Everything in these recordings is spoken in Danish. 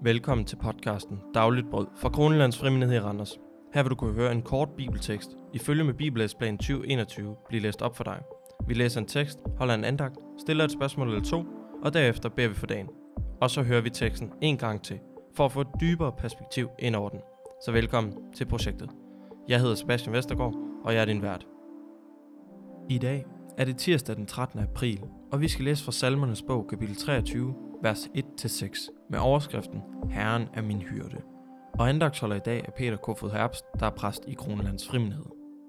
Velkommen til podcasten Dagligt Brød fra Kronelands Frimenighed i Randers. Her vil du kunne høre en kort bibeltekst i følge med Bibellæseplan 2021 blive læst op for dig. Vi læser en tekst, holder en andagt, stiller et spørgsmål eller to, og derefter beder vi for dagen. Og så hører vi teksten en gang til, for at få et dybere perspektiv ind over den. Så velkommen til projektet. Jeg hedder Sebastian Vestergaard, og jeg er din vært. I dag er det tirsdag den 13. april, og vi skal læse fra Salmernes bog, kapitel 23, vers 1-6, med overskriften Herren er min hyrde. Og andagtsholder i dag er Peter Kofod Herbst, der er præst i Kronelands Frimenighed.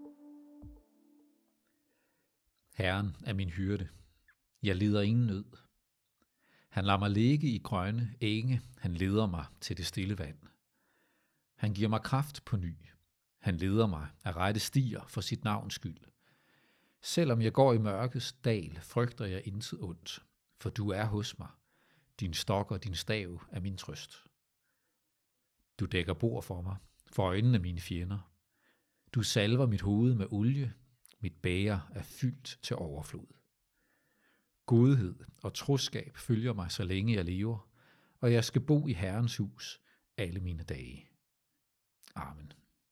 Herren er min hyrde. Jeg lider ingen nød. Han lader mig ligge i grønne enge. Han leder mig til det stille vand. Han giver mig kraft på ny. Han leder mig af rette stier for sit navns skyld. Selvom jeg går i mørkets dal, frygter jeg intet ondt, for du er hos mig. Din stok og din stav er min trøst. Du dækker bord for mig, for øjnene af mine fjender. Du salver mit hoved med olie, mit bæger er fyldt til overflod. Godhed og troskab følger mig, så længe jeg lever, og jeg skal bo i Herrens hus alle mine dage. Amen.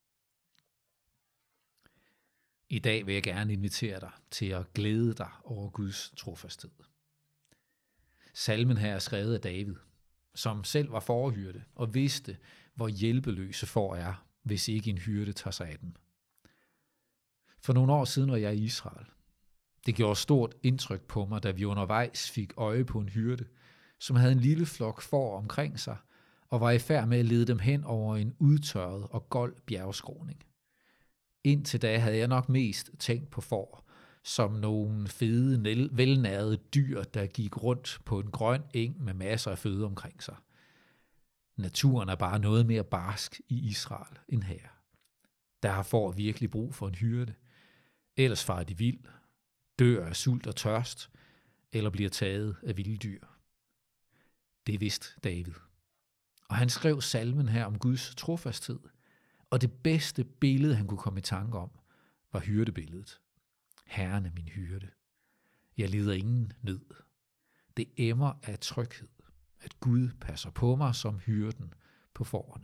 I dag vil jeg gerne invitere dig til at glæde dig over Guds trofasthed. Salmen her er skrevet af David, som selv var fårehyrde og vidste, hvor hjælpeløse får er, hvis ikke en hyrde tager sig af dem. For nogle år siden var jeg i Israel. Det gjorde stort indtryk på mig, da vi undervejs fik øje på en hyrde, som havde en lille flok får omkring sig og var i færd med at lede dem hen over en udtørret og gold bjergskråning. Indtil da havde jeg nok mest tænkt på får som nogle fede, velnærede dyr, der gik rundt på en grøn eng med masser af føde omkring sig. Naturen er bare noget mere barsk i Israel end her. Der har får virkelig brug for en hyrde. Ellers farer de vild, dør af sult og tørst, eller bliver taget af vilde dyr. Det vidste David. Og han skrev salmen her om Guds trofasthed, og det bedste billede, han kunne komme i tanke om, var hyrdebilledet. Herren er min hyrde. Jeg lider ingen nød. Det emmer af tryghed, at Gud passer på mig som hyrden på fårene.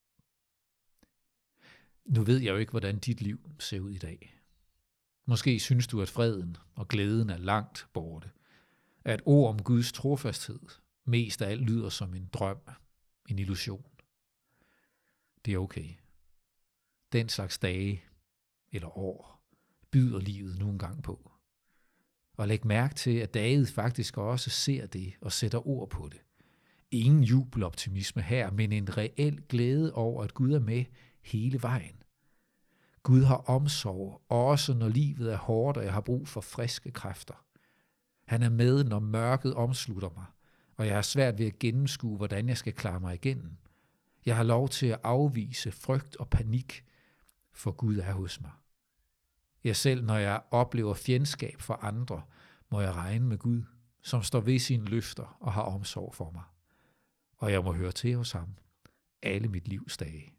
Nu ved jeg jo ikke, hvordan dit liv ser ud i dag. Måske synes du, at freden og glæden er langt borte. At ord om Guds trofasthed mest af alt lyder som en drøm, en illusion. Det er okay. Den slags dage eller år byder livet nogle gange på. Og læg mærke til, at David faktisk også ser det og sætter ord på det. Ingen jubeloptimisme her, men en reel glæde over, at Gud er med hele vejen. Gud har omsorg, også når livet er hårdt, og jeg har brug for friske kræfter. Han er med, når mørket omslutter mig, og jeg har svært ved at gennemskue, hvordan jeg skal klare mig igennem. Jeg har lov til at afvise frygt og panik, for Gud er hos mig. Ja, selv når jeg oplever fjendskab for andre, må jeg regne med Gud, som står ved sine løfter og har omsorg for mig. Og jeg må høre til hos ham alle mit livs dage.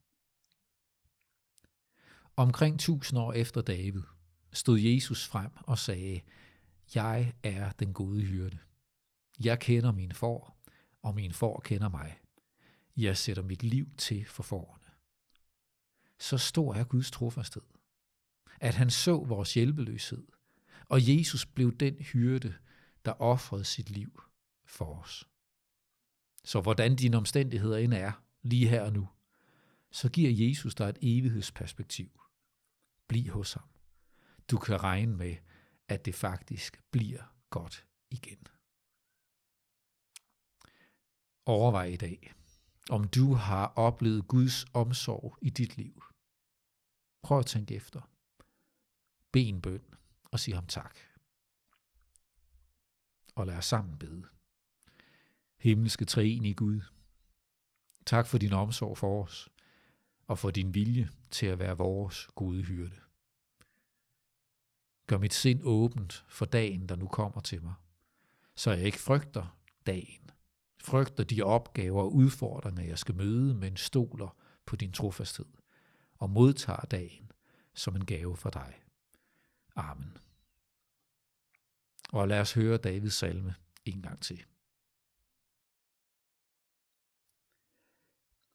Omkring 1000 år efter David stod Jesus frem og sagde, jeg er den gode hyrde. Jeg kender mine får, og mine får kender mig. Jeg sætter mit liv til for fårene. Så stor er Guds trofasthed, at han så vores hjælpeløshed, og Jesus blev den hyrde, der ofrede sit liv for os. Så hvordan dine omstændigheder end er, lige her og nu, så giver Jesus dig et evighedsperspektiv. Bliv hos ham. Du kan regne med, at det faktisk bliver godt igen. Overvej i dag, om du har oplevet Guds omsorg i dit liv. Prøv at tænke efter. Bed en bøn og sig ham tak. Og lad os sammen bede. Himmelske treenige Gud, tak for din omsorg for os, og for din vilje til at være vores gode hyrde. Gør mit sind åbent for dagen, der nu kommer til mig, så jeg ikke frygter dagen, frygter de opgaver og udfordringer, jeg skal møde, men stoler på din trofasthed, og modtager dagen som en gave fra dig. Amen. Og lad os høre Davids salme en gang til.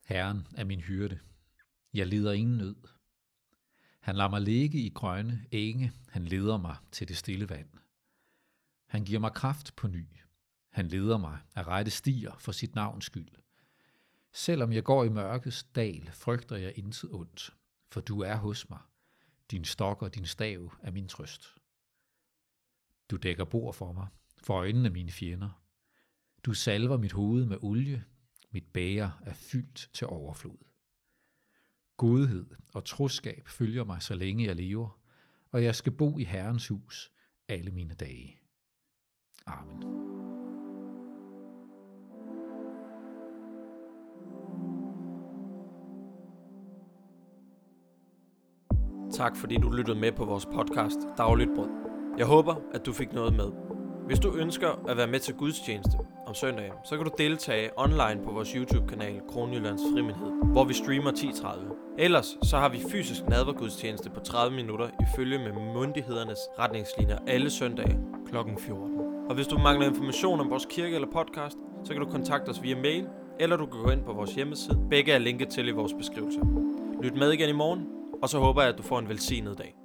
Herren er min hyrde. Jeg lider ingen nød. Han lader mig ligge i grønne enge. Han leder mig til det stille vand. Han giver mig kraft på ny. Han leder mig af rette stier for sit navns skyld. Selvom jeg går i mørkets dal, frygter jeg intet ondt, for du er hos mig. Din stok og din stav er min trøst. Du dækker bord for mig, for øjnene af mine fjender. Du salver mit hoved med olie, mit bæger er fyldt til overflod. Godhed og troskab følger mig, så længe jeg lever, og jeg skal bo i Herrens hus alle mine dage. Amen. Tak fordi du lyttede med på vores podcast Dagligt Brød. Jeg håber, at du fik noget med. Hvis du ønsker at være med til gudstjeneste om søndagen, så kan du deltage online på vores YouTube-kanal Kronjyllands Frimenighed, hvor vi streamer 10:30. Ellers så har vi fysisk nadvergudstjeneste på 30 minutter ifølge med myndighedernes retningslinjer alle søndage kl. 14. Og hvis du mangler information om vores kirke eller podcast, så kan du kontakte os via mail, eller du kan gå ind på vores hjemmeside. Begge er linket til i vores beskrivelse. Lyt med igen i morgen, og så håber jeg, at du får en velsignet dag.